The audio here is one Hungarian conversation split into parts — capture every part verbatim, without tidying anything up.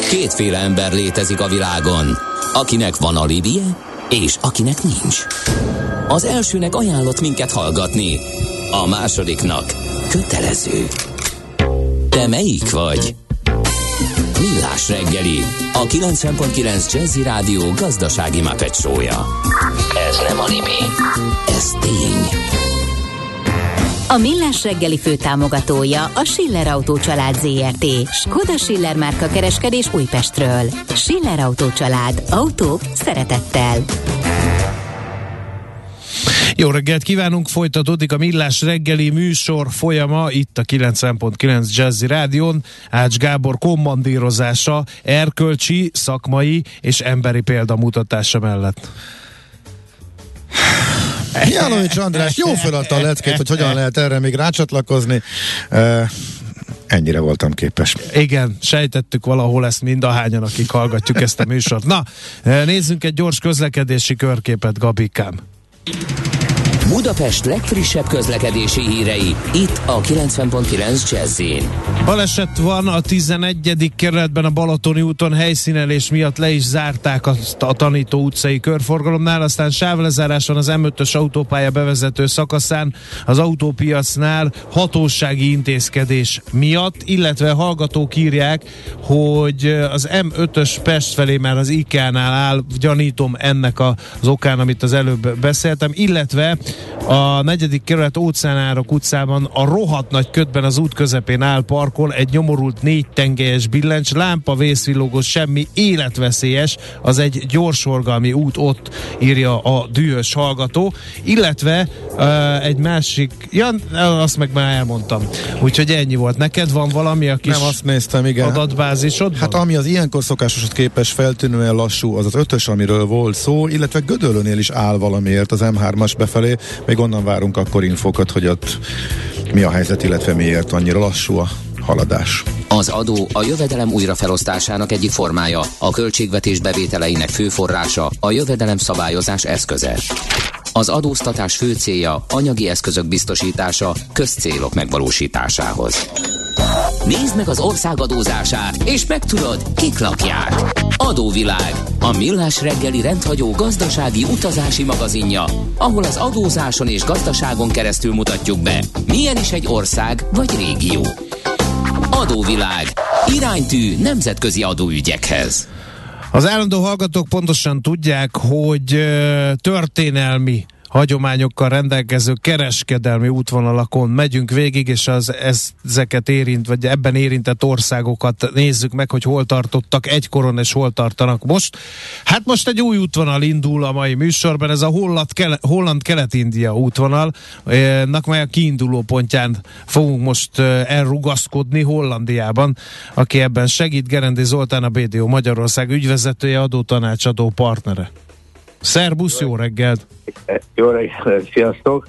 Kétféle ember létezik a világon, akinek van alibije, és akinek nincs. Az elsőnek ajánlott minket hallgatni, a másodiknak kötelező. Te melyik vagy? Millás reggeli, a kilencven pont kilenc Jazzy Rádió gazdasági Muppet show-ja. Ez nem anime, ez tény. A Millás reggeli főtámogatója a Schiller Autó család zé er té. Skoda Schiller márka kereskedés Újpestről. Schiller Autó család. Autók szeretettel. Jó reggelt kívánunk, folytatódik a Millás reggeli műsor folyama itt a kilencven pont kilenc Jazzy Rádión. Ács Gábor kommandírozása, erkölcsi, szakmai és emberi példamutatása mellett. Janovics András jó feladta a leckét, hogy hogyan lehet erre még rácsatlakozni. Uh, ennyire voltam képes. Igen, sejtettük valahol ezt mindahányan, akik hallgatjuk ezt a műsort. Na, nézzünk egy gyors közlekedési körképet, Gabikám. Budapest legfrissebb közlekedési hírei, itt a kilencven pont kilenc Jazzyn. Baleset van a tizenegyedik kerületben a Balatoni úton, helyszínelés miatt le is zárták azt a Tanító utcai körforgalomnál, aztán sávlezárás van az em ötös autópálya bevezető szakaszán, az autópiacnál hatósági intézkedés miatt, illetve hallgatók írják, hogy az em ötös Pest felé már az IKEA-nál áll, gyanítom ennek az okán, amit az előbb beszéltem, illetve a negyedik kerület Óceánárok utcában a rohadt nagy ködben az út közepén áll parkol egy nyomorult négy tengelyes billencs, lámpa vészvillogos, semmi életveszélyes, az egy gyorsforgalmi út, ott írja a dühös hallgató, illetve uh, egy másik, ja, azt meg már elmondtam, úgyhogy ennyi volt. Neked van valami a kis Nem, azt néztem, igen. adatbázisodban? Hát ami az ilyenkor szokásosat képes feltűnően lassú, az az ötös, amiről volt szó, illetve Gödöllőnél is áll valamiért az em hármas befelé. Még onnan várunk akkor infokat, hogy ott mi a helyzet, illetve miért annyira lassú a haladás. Az adó a jövedelem újrafelosztásának egyik formája, a költségvetés bevételeinek fő forrása, a jövedelem szabályozás eszköze. Az adóztatás fő célja anyagi eszközök biztosítása közcélok megvalósításához. Nézd meg az ország adózását, és megtudod, kik lakják. Adóvilág, a Millás reggeli rendhagyó gazdasági utazási magazinja, ahol az adózáson és gazdaságon keresztül mutatjuk be, milyen is egy ország vagy régió. Adóvilág, iránytű nemzetközi adóügyekhez. Az állandó hallgatók pontosan tudják, hogy történelmi hagyományokkal rendelkező kereskedelmi útvonalakon megyünk végig, és az ezeket érint, vagy ebben érintett országokat nézzük meg, hogy hol tartottak egykoron, és hol tartanak most. Hát most egy új útvonal indul a mai műsorban, ez a Holland-Kelet-India útvonal, ennek majd a kiinduló pontján fogunk most elrugaszkodni Hollandiában, aki ebben segít, Gerendi Zoltán, a bé dé o Magyarország ügyvezetője, adótanácsadó partnere. Szerbusz, jó reggelt! Jó reggelt, sziasztok!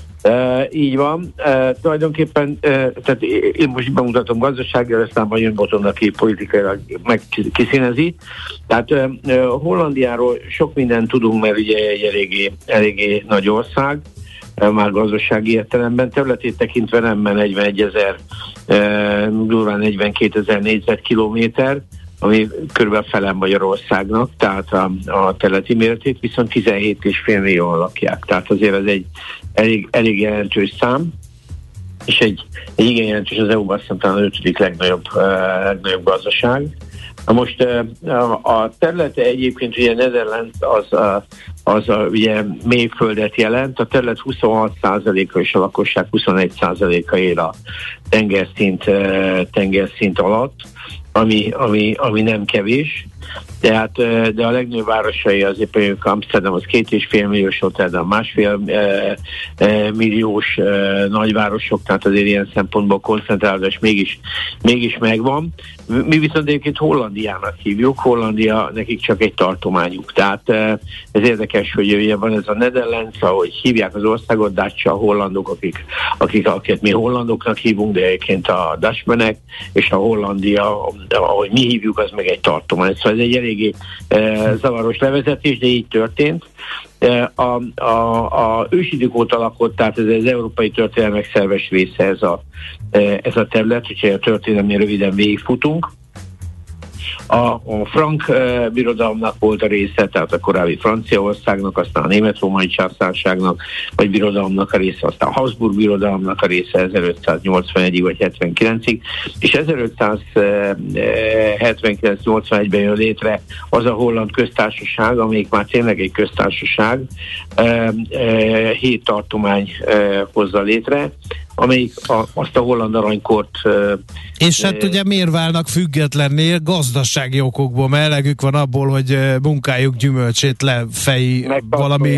E, így van, e, tulajdonképpen e, tehát én most bemutatom gazdasággal, aztán majd jön Boton, aki politikailag megkiszínezi. Tehát e, Hollandiáról sok mindent tudunk, mert ugye egy eléggé, eléggé nagy ország, e, már gazdasági értelemben, területét tekintve nem negyvenegyezer, e, durván negyvenkétezer négyzetkilométer, ami körülbelül fele Magyarországnak, tehát a, a területi méretét, viszont tizenhét és fél millióan lakják. Tehát azért ez egy elég, elég jelentős szám, és egy, egy igen jelentős, az é u-ban azt talán az ötödik legnagyobb, uh, legnagyobb gazdaság. Na most uh, a területe egyébként ugye Netherlands az, uh, az uh, ugye mélyföldet jelent, a terület huszonhat százaléka és a lakosság huszonegy százaléka él a tengerszint, uh, tengerszint alatt, Ami, ami, ami nem kevés, tehát, de a legnagyobb városai azért például Amsterdam az két és fél milliós, Rotterdam másfél e, e, milliós e, nagyvárosok, tehát azért ilyen szempontból koncentrálás mégis, mégis megvan. Mi viszont egyébként Hollandiának hívjuk, Hollandia nekik csak egy tartományuk, tehát e, ez érdekes, hogy ugye van ez a Netherlands, ahogy hívják az országot, Dutch, a hollandok, akik, akik, akiket mi hollandoknak hívunk, de egyébként a Dutchmanek, és a Hollandia, ahogy mi hívjuk, az meg egy tartomány. Szóval ez egy eléggé e, zavaros levezetés, de így történt. E, a, a, a ősidők óta lakott, tehát ez az európai történelmek szerves része ez a, e, ez a terület, hogyha a történelmi röviden végigfutunk. A, a frank uh, birodalomnak volt a része, tehát a korábbi Franciaországnak, aztán a német-római császárságnak, vagy birodalomnak a része, aztán a Habsburg birodalomnak a része ezerötszáznyolcvanegyig vagy hetvenkilencig, és ezerötszázhetvenkilenc-nyolcvanegyben jön létre az a holland köztársaság, amelyik már tényleg egy köztársaság, uh, uh, hét tartomány uh, hozza létre, amelyik a, azt a holland aranykort... Uh, és hát uh, ugye miért válnak függetlennél? Gazdasági okokból, mert elegük van abból, hogy munkájuk gyümölcsét lefeji valami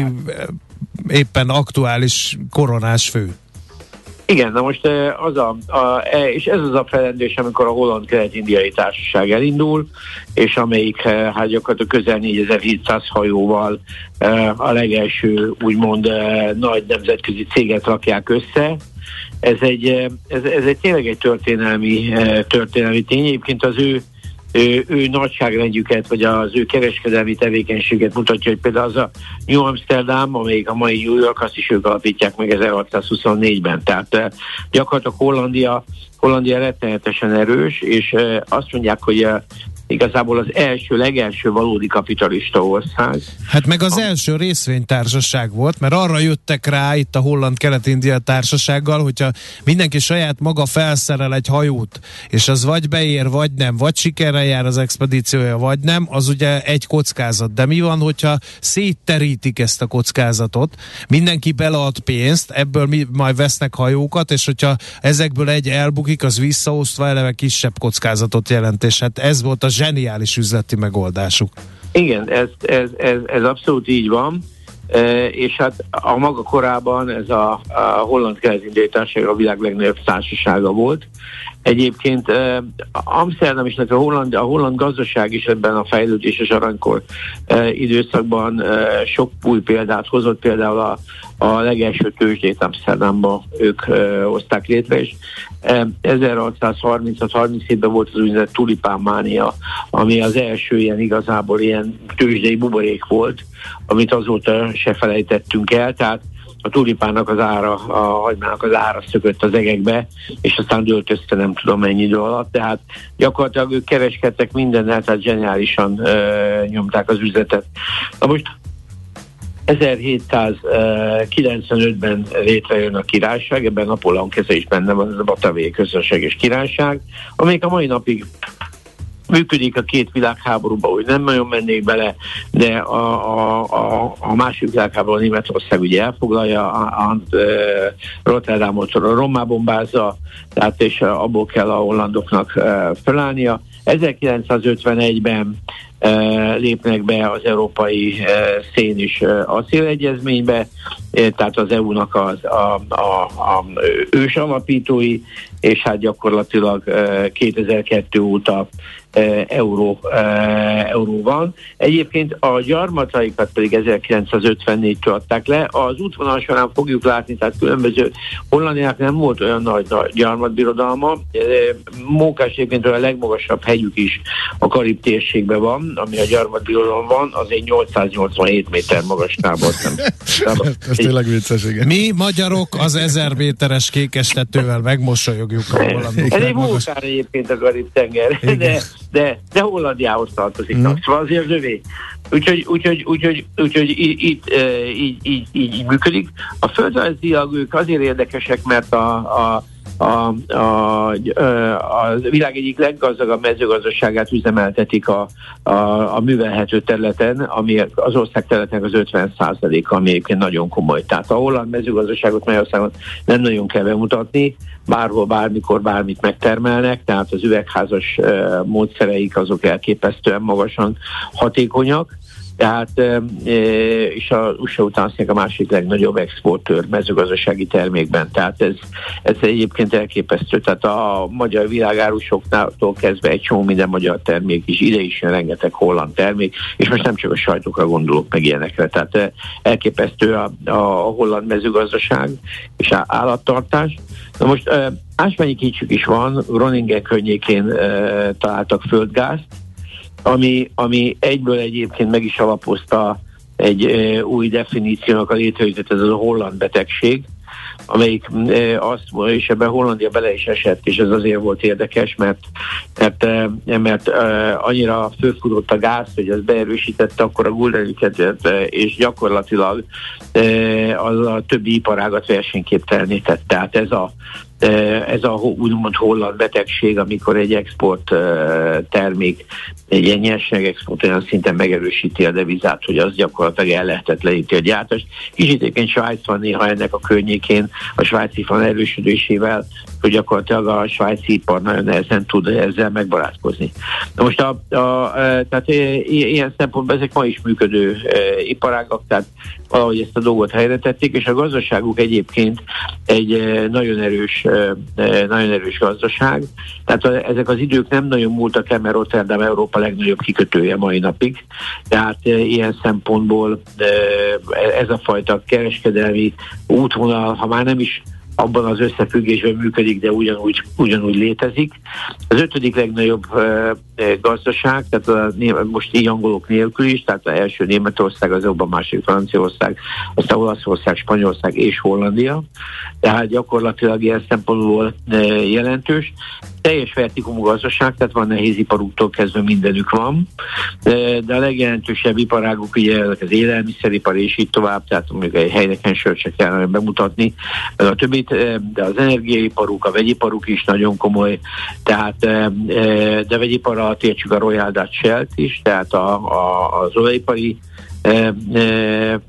éppen aktuális koronás fő. Igen, na most az a, a, és ez az a felendés, amikor a Holland Kelet-Indiai Társaság elindul, és amelyik hát gyakorlatilag közel négyezer-hétszáz hajóval a legelső úgymond nagy nemzetközi céget rakják össze. Ez egy, ez, ez egy tényleg egy történelmi, történelmi tény. Egyébként az ő Ő, ő nagyságrendjüket, vagy az ő kereskedelmi tevékenységet mutatja, hogy például az a New Amsterdam, amelyik a mai New York, azt is ők alapítják meg ezerhatszázhuszonnégyben. Tehát gyakorlatilag Hollandia, Hollandia rettenetesen erős, és azt mondják, hogy igazából az első, legelső valódi kapitalista ország. Hát meg az első részvénytársaság volt, mert arra jöttek rá itt a Holland Kelet-India Társasággal, hogyha mindenki saját maga felszerel egy hajót, és az vagy beér, vagy nem, vagy sikerrel jár az expedíciója, vagy nem, az ugye egy kockázat. De mi van, hogyha szétterítik ezt a kockázatot, mindenki belead pénzt, ebből mi majd vesznek hajókat, és hogyha ezekből egy elbukik, az visszaosztva eleve kisebb kockázatot jelent, és hát ez volt a zseniális üzleti megoldásuk. Igen, ez, ez, ez, ez abszolút így van, e, és hát a maga korában ez a, a Holland Kelet-Indiai Társaság a világ legnagyobb társasága volt. Egyébként eh, Amsterdam is, a holland, a holland gazdaság is ebben a fejlődéses aranykor eh, időszakban eh, sok új példát hozott, például a, a legelső tőzsdét Amsterdamba ők eh, hozták létre, és eh, ezerhatszázharminchat-harminchétben volt az úgynevezett tulipánmánia, ami az első ilyen igazából ilyen tőzsdei buborék volt, amit azóta se felejtettünk el, tehát a tulipának az ára, a hagymának az ára szökött az egekbe, és aztán dőlt össze nem tudom mennyi idő alatt, tehát gyakorlatilag ők kereskedtek mindennel, tehát zseniálisan ö, nyomták az üzletet. Na most ezerhétszázkilencvenötben létrejön a királyság, ebben Napóleon keze is benne van, ez a Bataviai Közösséges Királyság, amelyik a mai napig működik, a két világháborúban, úgy nem nagyon mennék bele, de a, a, a, a másik világháborúban Németország ugye elfoglalja, a, a, a Rotterdamot rommá bombázza, tehát és abból kell a hollandoknak felállnia. ezerkilencszázötvenegyben Uh, lépnek be az európai uh, szén és uh, acélegyezménybe, uh, tehát az é u-nak az a, a, a ős alapítói, és hát gyakorlatilag uh, kétezer-kettő óta uh, euró, uh, euró van. Egyébként a gyarmataikat pedig ezerkilencszázötvennégytől adták le. Az útvonal során fogjuk látni, tehát különböző Hollandiának nem volt olyan nagy, nagy gyarmatbirodalma. Uh, Mókás egyébként a legmagasabb hegyük is a Karib térségben van, ami a gyarmatbirodalom van, az egy nyolcszáznyolcvanhét méter magas tábor. Ez tényleg vicces, igen. Mi magyarok az ezer méteres kékestetővel megmosolyogjuk a hollandok. Ez egy vulkán egyébként a Karib-tenger, de, de, de Hollandiához tartozik. Hmm. Szóval azért az övé. Úgyhogy, úgyhogy, úgyhogy, úgyhogy így, így, így, így, így működik. A földrajzilag ők azért érdekesek, mert a, a A, a, a világ egyik leggazdagabb mezőgazdaságát üzemeltetik a, a, a művelhető területen, ami az ország területnek az ötven százaléka, ami egyébként nagyon komoly. Tehát a holland mezőgazdaságot Magyarországon nem nagyon kell bemutatni, bárhol, bármikor, bármit megtermelnek, tehát az üvegházas uh, módszereik azok elképesztően magasan hatékonyak. Tehát, és az u es á után a másik legnagyobb exportőr mezőgazdasági termékben. Tehát ez, ez egyébként elképesztő. Tehát a magyar világárusoktól kezdve egy csomó minden magyar termék is, ide is jön rengeteg holland termék, és most nem csak a sajtokra gondolok meg ilyenekre. Tehát elképesztő a, a holland mezőgazdaság és állattartás. Na most ásványi kincsük is van, Groningen környékén találtak földgázt, Ami, ami egyből egyébként meg is alapozta egy e, új definíciónak a létrejöttet, ez az a holland betegség, amelyik azt, és ebben Hollandia bele is esett, és ez azért volt érdekes, mert, mert, mert annyira fölfutott a gáz, hogy ez beerősítette akkor a guldenüket, és gyakorlatilag az a többi iparágat versenyképtelenné tett. Tehát ez a ez a úgymond holland betegség, amikor egy export termék, egy ilyen nyersanyag export olyan szinten megerősíti a devizát, hogy az gyakorlatilag el lehetetleníti a gyártást. Kicsit egyébként Svájc van néha ennek a környékén, a svájci fan erősödésével, hogy gyakorlatilag a svájci ipar nagyon nehezen tud ezzel megbarátkozni. Na most a, a, a, tehát ilyen szempontból ezek ma is működő iparágak, tehát valahogy ezt a dolgot helyre tették, és a gazdaságuk egyébként egy nagyon erős, nagyon erős gazdaság. Tehát ezek az idők nem nagyon múltak el, mert Rotterdam Európa legnagyobb kikötője mai napig. Tehát ilyen szempontból ez a fajta kereskedelmi útvonal, ha már nem is abban az összefüggésben működik, de ugyanúgy, ugyanúgy létezik. Az ötödik legnagyobb e, gazdaság, tehát a, most így angolok nélkül is, tehát az első Németország, az a másik Franciaország, aztán Olaszország, Spanyolország és Hollandia. Tehát gyakorlatilag ilyen szempontból e, jelentős. Teljes vertikumú gazdaság, tehát van nehéziparuktól kezdve mindenük van, de, de a legjelentősebb iparáguk ugye az élelmiszeripar és így tovább, tehát még egy helyeken sört se kellene bemutatni, a többit, de az energiaiparuk, a vegyiparuk is nagyon komoly, tehát de vegyipar alatt értsük a Royal Dutch Shell-t is, tehát a, a, az olajipari E, e, e,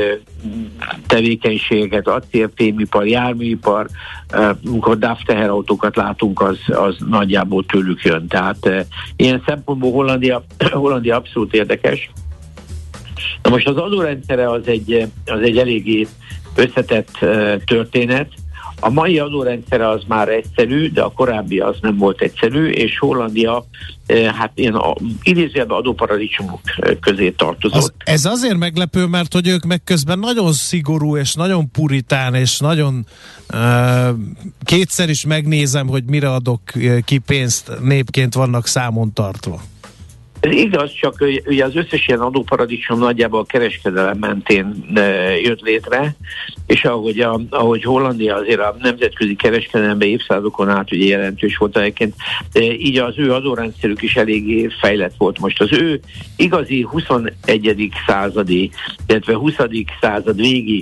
tevékenységeket, acélfémipar, járműipar, e, amikor dé á ef teherautókat látunk, az, az nagyjából tőlük jön. Tehát e, ilyen szempontból Hollandia, Hollandia abszolút érdekes. Na most az adórendszere az egy, az egy eléggé összetett e, történet. A mai adórendszere az már egyszerű, de a korábbi az nem volt egyszerű, és Hollandia hát ilyen idézőjelben adóparadicsomok közé tartozott. Az, ez azért meglepő, mert hogy ők meg közben nagyon szigorú, és nagyon puritán, és nagyon uh, kétszer is megnézem, hogy mire adok ki pénzt, népként vannak számon tartva. Ez igaz, csak ugye az összes ilyen adóparadicsom nagyjából a kereskedelem mentén jött létre, és ahogy, a, ahogy Hollandia azért a nemzetközi kereskedelemben évszázadokon át ugye jelentős volt egyébként, így az ő adórendszerük is eléggé fejlett volt. Most az ő igazi huszonegyedik századi, illetve huszadik század végi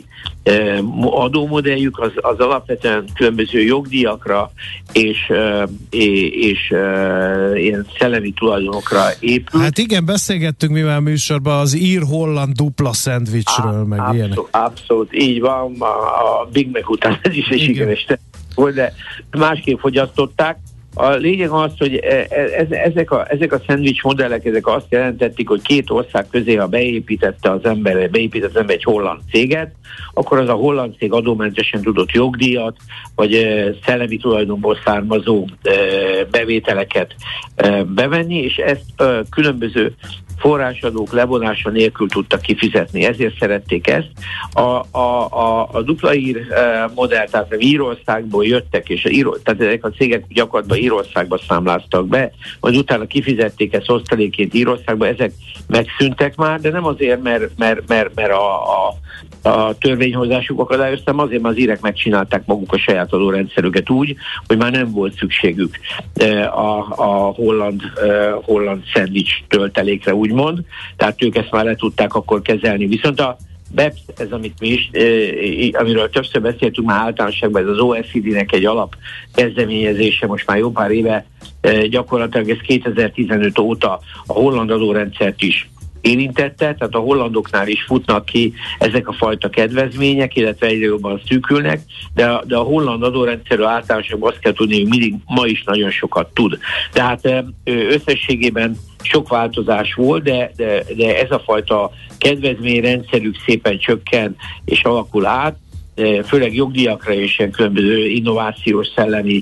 adómodelljük az, az alapvetően különböző jogdíjakra és, és, és ilyen szellemi tulajdonokra épül. Hát igen, beszélgettünk mi már műsorban az ír-holland dupla szendvicsről, meg abszolút, ilyenek. Abszolút, így van, a, a Big Mac után ez is egy sikeres volt, de másképp fogyasztották. A lényeg az, hogy ez, ezek, a, ezek a szendvics modellek, ezek azt jelentették, hogy két ország közé, ha beépítette az ember, beépített az ember egy holland céget, akkor az a holland cég adómentesen tudott jogdíjat, vagy szellemi tulajdonból származó bevételeket bevenni, és ezt különböző forrásadók levonása nélkül tudtak kifizetni. Ezért szerették ezt. A, a, a, a dupla ír e, modell, tehát Írországból jöttek, és a ír, tehát ezek a cégek gyakorlatilag Írországba számláztak be, majd utána kifizették ezt osztalékként Írországba, ezek megszűntek már, de nem azért, mert, mert, mert, mert a, a, a törvényhozásuk akadályozta, azért, mert az írek megcsinálták maguk a saját adórendszerüket úgy, hogy már nem volt szükségük a, a holland, holland szendvics töltelékre, úgymond, tehát ők ezt már le tudták akkor kezelni. Viszont a bé e pé, ez amit mi is, amiről többször beszéltünk már általánosságban, ez az o e cé dé-nek egy alap kezdeményezése, most már jó pár éve, gyakorlatilag ez kétezer-tizenöt óta a holland adórendszert is érintette, tehát a hollandoknál is futnak ki ezek a fajta kedvezmények, illetve egyre jobban szűkülnek, de a, de a holland adórendszerről általánosabban azt kell tudni, hogy mindig ma is nagyon sokat tud. Tehát összességében sok változás volt, de, de, de ez a fajta kedvezményrendszerük szépen csökken és alakul át, főleg jogdíjakra és ilyen különböző innovációs szellemi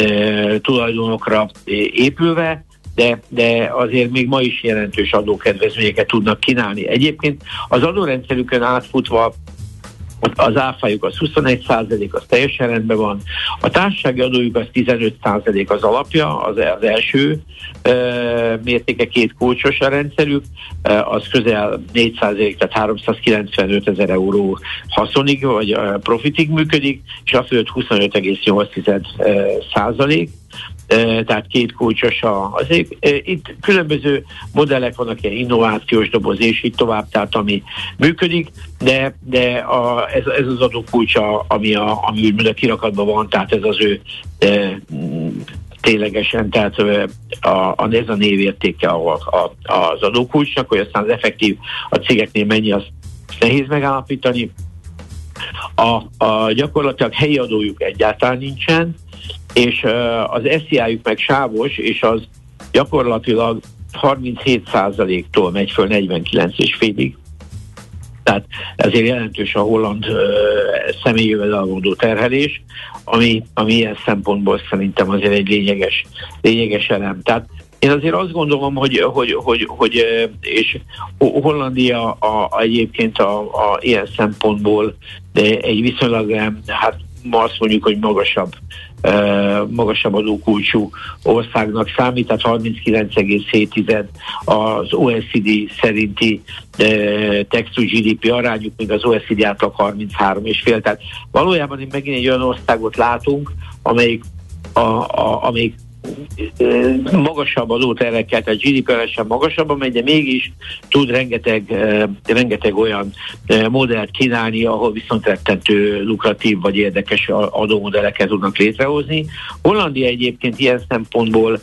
tulajdonokra épülve, De, de azért még ma is jelentős adókedvezményeket tudnak kínálni. Egyébként az adórendszerükön átfutva az áfájuk az huszonegy százalék, az teljesen rendben van. A társasági adójuk az tizenöt százalék az alapja, az, az első e, mértéke, két kulcsos a rendszerük, e, az közel négy százalék, tehát háromszázkilencvenöt ezer euró haszonig, vagy e, profitig működik, és a fölött huszonöt egész nyolc százalék. Tehát két kulcsos az. Itt különböző modellek vannak, ilyen innovációs doboz, és így tovább, tehát ami működik, de, de a, ez, ez az adókulcsa, ami a, ami úgymond a kirakatban van, tehát ez az ő e, ténylegesen, tehát a, a, ez a névértéke a, a, az adókulcsnak, hogy aztán az effektív a cégeknél mennyi, azt nehéz megállapítani. A, a gyakorlatilag helyi adójuk egyáltalán nincsen, és uh, az es zé á-juk meg sávos, és az gyakorlatilag harminchét százaléktól megy föl negyvenkilenc egész öt ig. Tehát ezért jelentős a holland uh, személyi jövedelemadó terhelés, ami, ami ilyen szempontból szerintem azért egy lényeges, lényeges elem. Tehát én azért azt gondolom, hogy, hogy, hogy, hogy és Hollandia a, a, egyébként a, a, ilyen szempontból egy viszonylag, hát ma azt mondjuk, hogy magasabb, uh, magasabb adókulcsú országnak számít, tehát harminckilenc egész hét az o e cé dé szerinti uh, tax to gé dé pé arányuk, míg az o e cé dé átlag harminchárom egész öt. Tehát valójában megint egy olyan országot látunk, amelyik, a, a, amelyik magasabb adóterhekkel, tehát gé dé pé sem magasabban megy, de mégis tud rengeteg, rengeteg olyan modellt kínálni, ahol viszont rettentő lukratív vagy érdekes adómodelleket tudnak létrehozni. Hollandia egyébként ilyen szempontból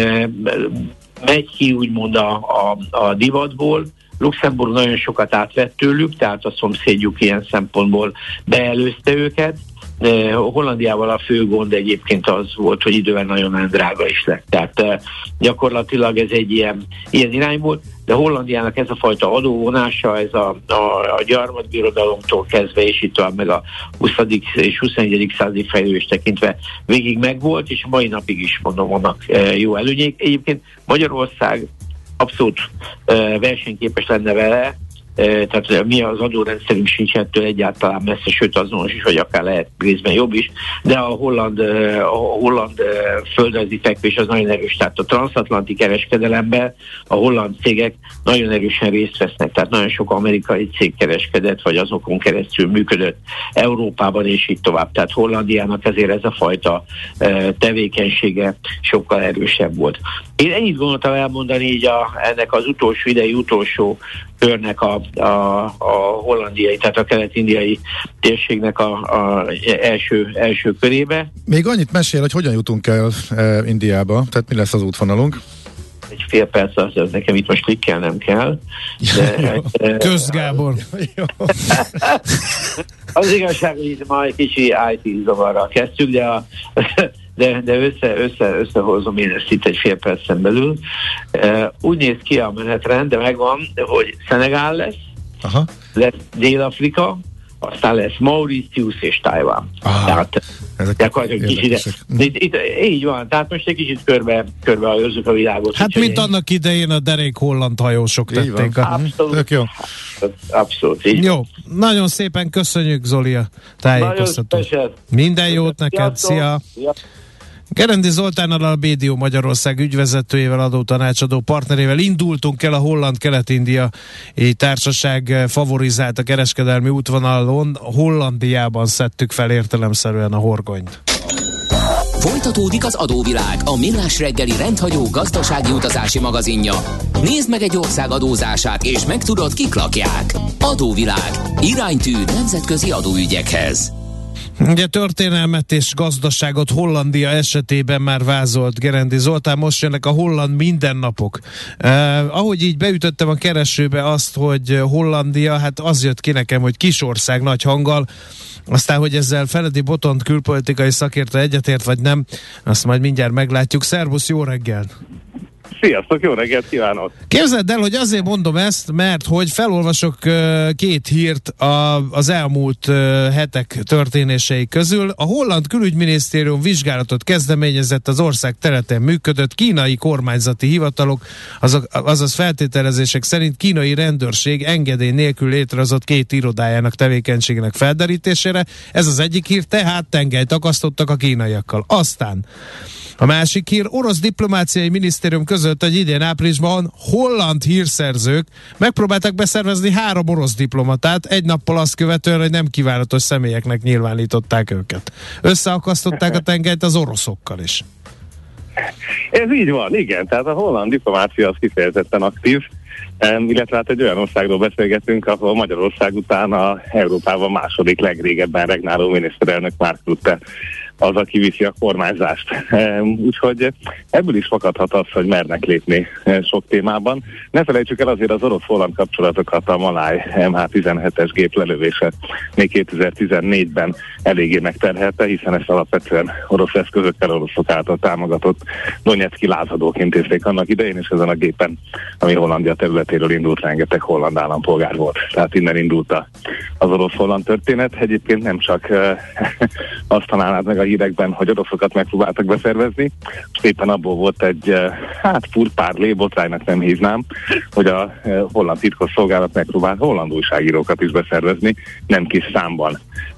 megy ki úgymond a, a, a divatból. Luxemburg nagyon sokat átvett tőlük, tehát a szomszédjuk ilyen szempontból beelőzte őket. Hollandiával a fő gond egyébként az volt, hogy idővel nagyon drága is lett. Tehát gyakorlatilag ez egy ilyen, ilyen irány volt, de Hollandiának ez a fajta adóvonása, ez a, a, a gyarmatbirodalomtól kezdve, és itt tovább meg a huszadik és huszonegyedik századi fejlődés tekintve végig megvolt, és mai napig is mondom, vannak jó előnyék. Egyébként Magyarország abszolút versenyképes lenne vele, tehát mi az adórendszerünk sincs ettől egyáltalán messze, sőt azonos is, vagy akár lehet részben jobb is, de a holland, a holland földrajzi fekvés az nagyon erős, tehát a transatlanti kereskedelemben a holland cégek nagyon erősen részt vesznek, tehát nagyon sok amerikai cég kereskedett, vagy azokon keresztül működött Európában, és így tovább. Tehát Hollandiának ezért ez a fajta tevékenysége sokkal erősebb volt. Én ennyit gondoltam elmondani így a, ennek az utolsó idei utolsó körnek a, a, a hollandiai, tehát a kelet-indiai térségnek a, a első, első körébe. Még annyit mesél, hogy hogyan jutunk el e, Indiába, tehát mi lesz az útvonalunk? Egy fél perc az, az nekem itt most klikkelnem kell. De, Kösz Gábor! Az igazság, hogy itt ma egy kicsi i té zavarral kezdtük, de a de, de össze, össze, összehozom én ezt itt egy fél percen belül. Uh, úgy néz ki a menetrend, de megvan, hogy Szenegál lesz, aha, lesz Dél-Afrika, aztán lesz Mauritius és Tajván. Tehát gyakorlatilag kicsit, de itt, itt, így van, tehát most egy kicsit körbe, körbe ajözzük a világot. Hát mint én... annak idején a derék holland hajósok tették. A... Abszolút. Jó. Abszolút. Így. Jó, nagyon szépen köszönjük, Zoli, a tájékoztatót. Minden jót neked, szia! szia. Gerendi Zoltánnal, a bé dé o Magyarország ügyvezetőjével, adótanácsadó partnerével indultunk el a Holland-Kelet-India társaság favorizálta kereskedelmi útvonalon. Hollandiában szedtük fel értelemszerűen a horgonyt. Folytatódik az adóvilág, a millás reggeli rendhagyó gazdasági utazási magazinja. Nézd meg egy ország adózását, és megtudod, kik lakják. Adóvilág. Iránytű nemzetközi adóügyekhez. Ugye történelmet és gazdaságot Hollandia esetében már vázolt Gerendi Zoltán, most jönnek a holland mindennapok. Eh, ahogy így beütöttem a keresőbe azt, hogy Hollandia, hát az jött ki nekem, hogy kisország nagy hanggal, aztán, hogy ezzel Feledi Botont külpolitikai szakértő egyetért vagy nem, azt majd mindjárt meglátjuk. Szervusz, jó reggel! Sziasztok, jó reggelt kívánok! Képzeld el, hogy azért mondom ezt, mert hogy felolvasok uh, két hírt a, az elmúlt uh, hetek történései közül. A holland külügyminisztérium vizsgálatot kezdeményezett az ország területen működött kínai kormányzati hivatalok, azok, azaz feltételezések szerint kínai rendőrség engedély nélkül létrehozott két irodájának tevékenységének felderítésére. Ez az egyik hír, tehát tengelyt akasztottak a kínaiakkal. Aztán a másik hír, orosz diplomáciai minisztérium között, hogy idén áprilisban holland hírszerzők megpróbáltak beszervezni három orosz diplomatát, egy nappal azt követően, hogy nem kívánatos személyeknek nyilvánították őket. Összeakasztották a tengelyt az oroszokkal is. Ez így van, igen, tehát a holland diplomácia az kifejezetten aktív, illetve hát egy olyan országról beszélgetünk, ahol Magyarország után a Európában második legrégebben regnáló miniszterelnök Mark Rutte az, aki viszi a kormányzást. Úgyhogy ebből is fakadhat az, hogy mernek lépni sok témában. Ne felejtsük el azért az orosz-holland kapcsolatokat, a Maláj em há tizenhetes gép lelövése még kétezer-tizennégyben eléggé megterhelte, hiszen ezt alapvetően orosz eszközökkel, oroszok által támogatott Donetszki lázadók intézték annak idején, és ezen a gépen, ami Hollandia területéről indult, rengeteg holland állampolgár volt. Tehát innen indult az orosz-holland történet. Egyébként nem csak azt találnád meg a hírekben, hogy oroszokat megpróbáltak beszervezni. Éppen abból volt egy, hát furpár lébotránynak nem hívnám, hogy a holland titkosszolgálat megpróbált holland újságírókat is beszervezni, nem kis számban.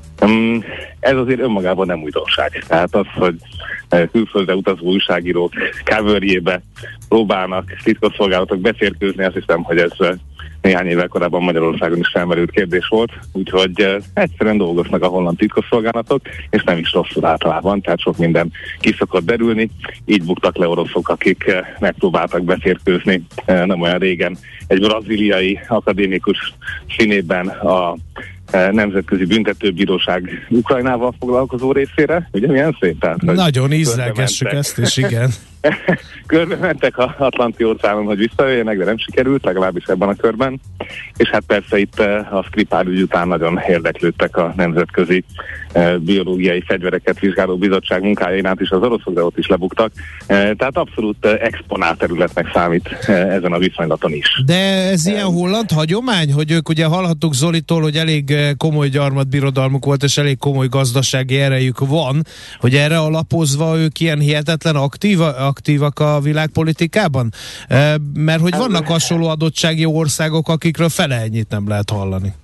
Ez azért önmagában nem újdonság. Tehát az, hogy külföldre utazó újságírók coverjébe próbálnak titkosszolgálatok beférkőzni, azt hiszem, hogy ez néhány évvel korábban Magyarországon is felmerült kérdés volt, úgyhogy egyszerűen dolgoznak a holland titkosszolgálatok, és nem is rosszul általában, tehát sok minden ki szokott derülni. Így buktak le oroszok, akik megpróbáltak beférkőzni nem olyan régen egy brazíliai akadémikus színében a Nemzetközi Büntetőbíróság Ukrajnával foglalkozó részére. Ugye milyen szép? Tehát, nagyon ízlelgessük ezt is, igen. Körbe mentek a Atlanti óceánon, hogy visszajöjjenek, de nem sikerült, legalábbis ebben a körben. És hát persze itt a Skripal ügy után nagyon érdeklődtek a Nemzetközi Biológiai Fegyvereket Vizsgáló Bizottság munkájainát is, az oroszok, de ott is lebuktak. Tehát abszolút exponált területnek számít ezen a viszonylaton is. De ez ilyen holland hagyomány, hogy ők ugye hallhattuk Zolitól, hogy elég komoly gyarmatbirodalmuk volt, és elég komoly gazdasági erejük van, hogy erre alapozva ők ilyen hihetetlen aktíva, aktívak a világpolitikában? Mert hogy vannak hasonló adottsági országok, akikről fele ennyit nem lehet hallani.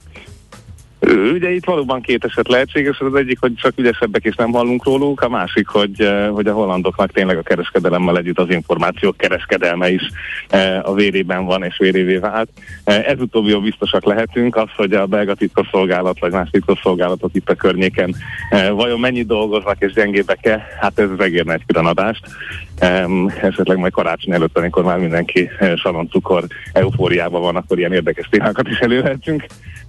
Ugye itt valóban két eset lehetséges, az egyik, hogy csak ügyesebbek és nem hallunk róluk, a másik, hogy, hogy a hollandoknak tényleg a kereskedelemmel együtt az információk kereskedelme is a vérében van és vérévé vált. Ez utóbbiról biztosak lehetünk, az, hogy a belga titkosszolgálat vagy más titkosszolgálatok itt a környéken vajon mennyit dolgoznak és gyengébbek-e, hát ez megérne egy külön adást. Um, esetleg majd karácsony előtt, amikor már mindenki saloncukor eufóriában van, akkor ilyen érdekes témákat is elővehetünk.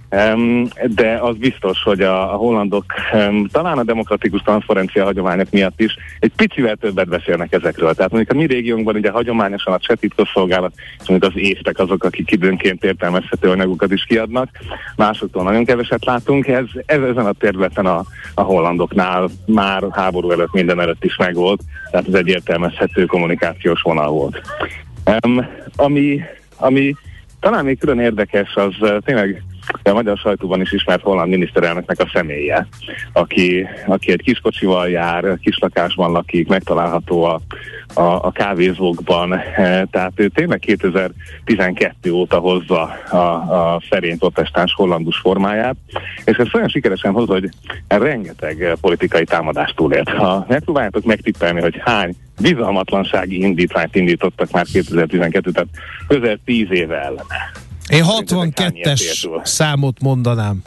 Um, de az biztos, hogy a, a hollandok um, talán a demokratikus transzparencia hagyományok miatt is egy picivel többet beszélnek ezekről. Tehát mondjuk a mi régiónkban ugye hagyományosan a cseh titkosszolgálat, és mondjuk az észtek azok, akik időnként értelmezhető anyagokat is kiadnak, másoktól nagyon keveset látunk. Ez, ez ezen a területen a, a hollandoknál már háború előtt minden előtt is megvolt, tehát ez egy értelmezhető kommunikációs vonal volt. Um, ami, ami talán még külön érdekes, az uh, tényleg a magyar sajtóban is ismert holland miniszterelnöknek a személye, aki, aki egy kiskocsival jár, kislakásban lakik, megtalálható a, a, a kávézókban, e, tehát ő tényleg kétezer-tizenkettő óta hozza a, a szerény protestáns hollandus formáját, és ez olyan sikeresen hozza, hogy rengeteg politikai támadást túlélt. Ha megpróbáljátok megtippelni, hogy hány bizalmatlansági indítványt indítottak már kétezer-tizenkettő, tehát közel tíz éve ellene. Én hatvankettes számot mondanám.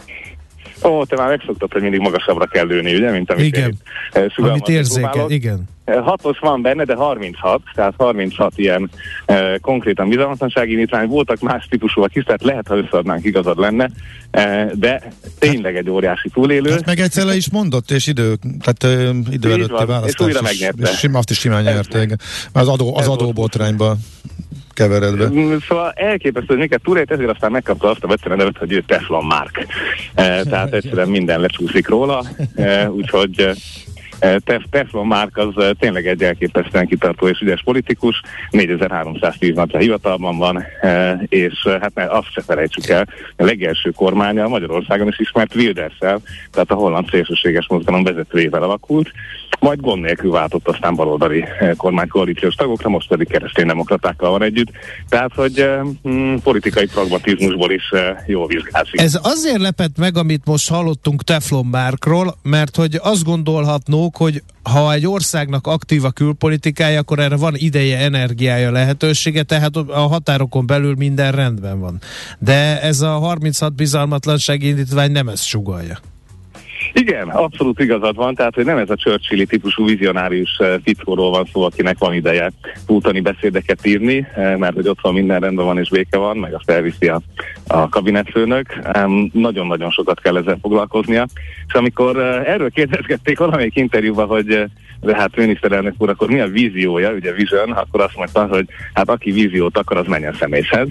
Ó, te már megszoktad, hogy mindig magasabbra kell lőni, ugye, mint amit igen. én amit érzékel, igen. Hatos van benne, de harminchat, tehát harminchat ilyen e, konkrétan bizalmatlansági indítvány, voltak más típusúak is, tehát lehet, ha összeadnánk, igazad lenne, e, de tényleg egy óriási túlélő. Hát meg egyszer le is mondott, és idő, tehát ö, idő előtti választás. És újra megnyerte. És azt is simán nyerte, igen. Az, adó, az adóbotrányba keveredve. Szóval elképesztő, hogy miket túlélt, ezért aztán megkapta azt a vegyszerű nevet, hogy ő Teflon Mark. E, tehát egyszerűen minden lecsúszik róla, e, úgyhogy Teflon Márk az tényleg egy elképesztően kitartó és ügyes politikus, négyezer-háromszáztíz napja hivatalban van, és hát ne, azt se felejtsük el, a legelső kormánya Magyarországon is ismert Wilderssel, tehát a holland szélsőséges mozgalom vezetőjével alakult, majd gond nélkül váltott aztán baloldali kormánykoalíciós tagokra, most pedig kereszténydemokratákkal van együtt, tehát hogy hm, politikai pragmatizmusból is jól vizsgálszik. Ez azért lepett meg, amit most hallottunk Teflon Márkról, mert hogy azt gondolhatnók, hogy ha egy országnak aktív a külpolitikája, akkor erre van ideje, energiája, lehetősége, tehát a határokon belül minden rendben van. De ez a harminchat bizalmatlansági indítvány nem ezt sugallja. Igen, abszolút igazad van, tehát hogy nem ez a Churchilli típusú vizionárius fickóról van szó, akinek van ideje útani beszédeket írni, mert hogy ott van minden rendben van és béke van, meg azt elviszi a, a kabinetfőnök. Nagyon-nagyon sokat kell ezzel foglalkoznia. És amikor erről kérdezgették valamelyik interjúban, hogy de hát miniszterelnök úr, akkor mi a víziója, ugye vision, akkor azt mondta, hogy hát aki víziót akar, az menjen személyhez,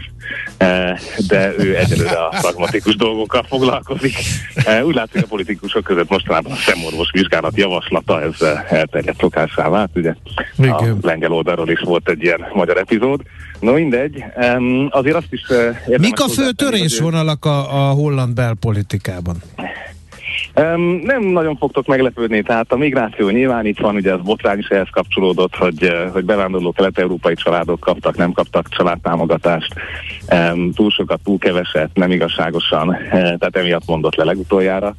de ő egyelőre a pragmatikus dolgokkal foglalkozik. Úgy látszik, a politikusok között mostanában a szemorvos vizsgálat javaslata, ez elterjedt szokássá vált, ugye igen. A lengyel oldalról is volt egy ilyen magyar epizód. No mindegy, azért azt is érdemes. Mik a fő törésvonalak a, a holland belpolitikában? Um, nem nagyon fogtok meglepődni, tehát a migráció nyilván itt van, ugye az botrány is ehhez kapcsolódott, hogy, hogy bevándorló kelet-európai családok kaptak, nem kaptak családtámogatást, um, túl sokat, túl keveset, nem igazságosan, uh, tehát emiatt mondott le legutoljára.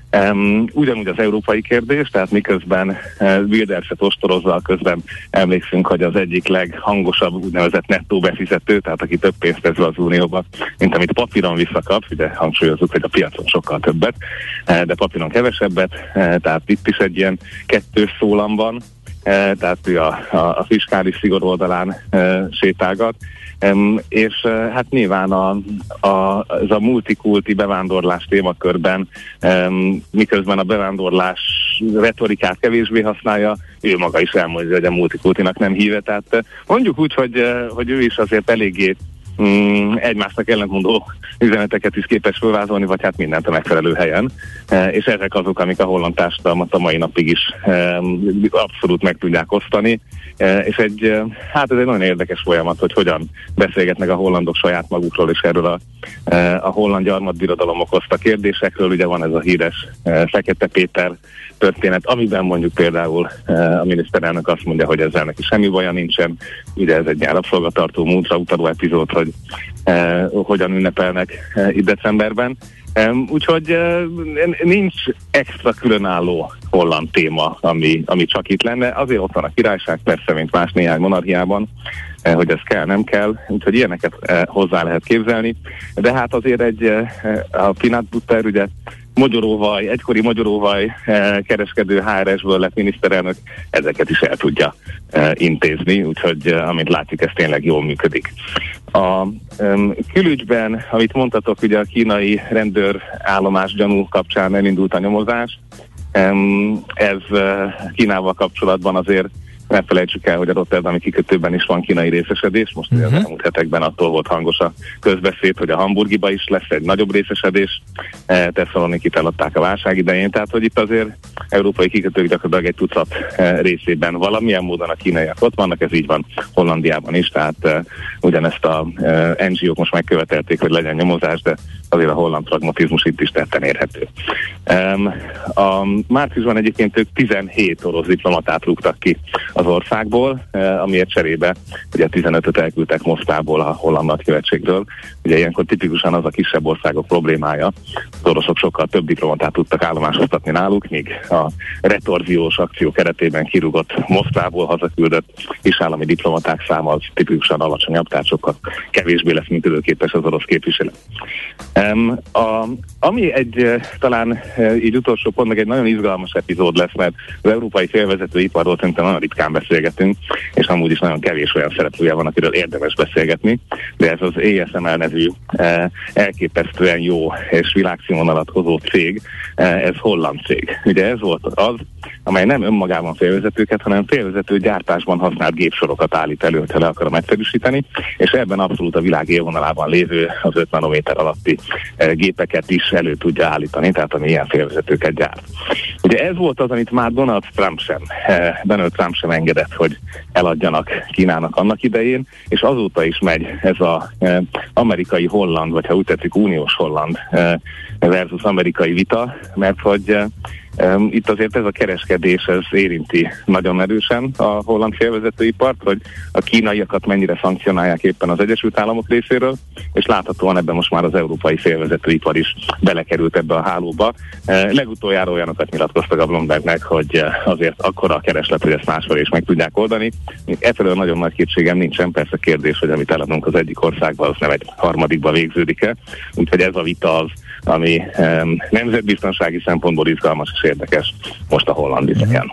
Um, ugyanúgy az európai kérdés, tehát miközben uh, Wilderset ostorozza, közben emlékszünk, hogy az egyik leghangosabb úgynevezett nettó befizető, tehát aki több pénzt tesz az unióba, mint amit papíron visszakap, ugye hangsúlyozzuk, hogy a piacon sokkal többet, uh, de papíron kevesebbet, uh, tehát itt is egy ilyen kettős szólam van, uh, tehát ő a, a, a fiskális szigor oldalán uh, sétálgat. Um, és uh, hát nyilván a, a, ez a multikulti bevándorlás témakörben, um, miközben a bevándorlás retorikát kevésbé használja, ő maga is elmondja, hogy a multikultinak nem híve, tehát uh, mondjuk úgy, hogy, uh, hogy ő is azért eléggé um, egymásnak ellentmondó üzeneteket is képes felvázolni, vagy hát mindent a megfelelő helyen, uh, és ezek azok, amik a holland társadalmat a mai napig is um, abszolút meg tudják osztani. Uh, és egy, uh, hát ez egy nagyon érdekes folyamat, hogy hogyan beszélgetnek a hollandok saját magukról, és erről a, uh, a holland gyarmatbirodalom okozta kérdésekről. Ugye van ez a híres uh, Fekete Péter történet, amiben mondjuk például uh, a miniszterelnök azt mondja, hogy ezzel neki semmi baja nincsen. Ugye ez egy rabszolgatartó múltra utaló epizód, hogy uh, hogyan ünnepelnek uh, itt decemberben. Um, úgyhogy uh, nincs extra különálló holland téma, ami, ami csak itt lenne. Azért ott van a királyság, persze, mint más néhány monarchiában, uh, hogy ez kell, nem kell, úgyhogy ilyeneket uh, hozzá lehet képzelni. De hát azért egy uh, a peanut butter, ugye Magyaróvaj, egykori Magyaróvaj eh, kereskedő há er es-ből lett miniszterelnök, ezeket is el tudja eh, intézni, úgyhogy eh, amint látjuk, ez tényleg jól működik. A um, külügyben, amit mondtatok, ugye a kínai rendőrállomás gyanú kapcsán elindult a nyomozás, um, ez eh, Kínával kapcsolatban azért ne felejtsük el, hogy a rotterdami kikötőben is van kínai részesedés. Most uh-huh. az elmúlt hetekben attól volt hangos a közbeszéd, hogy a hamburgiba is lesz egy nagyobb részesedés. E, Tesszalonikit eladták a válság idején, tehát hogy itt azért európai kikötők gyakorlatilag egy tucat e, részében valamilyen módon a kínaiak ott vannak, ez így van Hollandiában is, tehát e, ugyanezt a e, en gé ók most megkövetelték, hogy legyen nyomozás, de azért a holland pragmatizmus itt is tetten érhető. Um, a márciusban egyébként ők tizenhét orosz diplomatát rúgtak ki az országból, uh, amiért cserébe ugye tizenötöt elküldtek Moszkvából, a holland nagykövetségről. Ugye ilyenkor tipikusan az a kisebb országok problémája. Az oroszok sokkal több diplomatát tudtak állomásoztatni náluk, míg a retorziós akció keretében kirúgott Moszkvából hazaküldött kisállami diplomaták száma az tipikusan alacsonyabb, tehát sokkal kevésbé lesz működőképes az orosz képviselet. Um, a, ami egy uh, talán uh, így utolsó pont, meg egy nagyon izgalmas epizód lesz, mert az európai félvezető iparról szerintem nagyon ritkán kapcsán beszélgetünk, és amúgy is nagyon kevés olyan szereplője van, akiről érdemes beszélgetni, de ez az á es em el nevű elképesztően jó és világszínvonalat hozó cég, ez holland cég. Ugye ez volt az, amely nem önmagában félvezetőket, hanem félvezető gyártásban használt gépsorokat állít elő, ha le akarom egyszerűsíteni, és ebben abszolút a világ élvonalában lévő az öt nanométer alatti gépeket is elő tudja állítani, tehát ami ilyen félvezetőket gyárt. Ugye ez volt az, amit már Donald Trump sem, Donald Trump sem engedett, hogy eladjanak Kínának annak idején, és azóta is megy ez az amerikai holland, vagy ha úgy tetszik uniós holland versus amerikai vita, mert hogy Um, itt azért ez a kereskedés, ez érinti nagyon erősen a holland félvezetőipart, hogy a kínaiakat mennyire szankcionálják éppen az Egyesült Államok részéről, és láthatóan ebben most már az európai félvezetőipar is belekerült ebbe a hálóba. Uh, legutoljára olyanokat nyilatkoztak a Bloombergnek, hogy uh, azért akkora a kereslet, hogy ezt máshol is meg tudják oldani. Efelől nagyon nagy kétségem nincsen, persze kérdés, hogy amit eladunk az egyik országba, az nem egy harmadikba végződik-e. Úgyhogy ez a vita az, ami um, nemzetbiztonsági szempontból izgalmas és érdekes most a hollanditeken.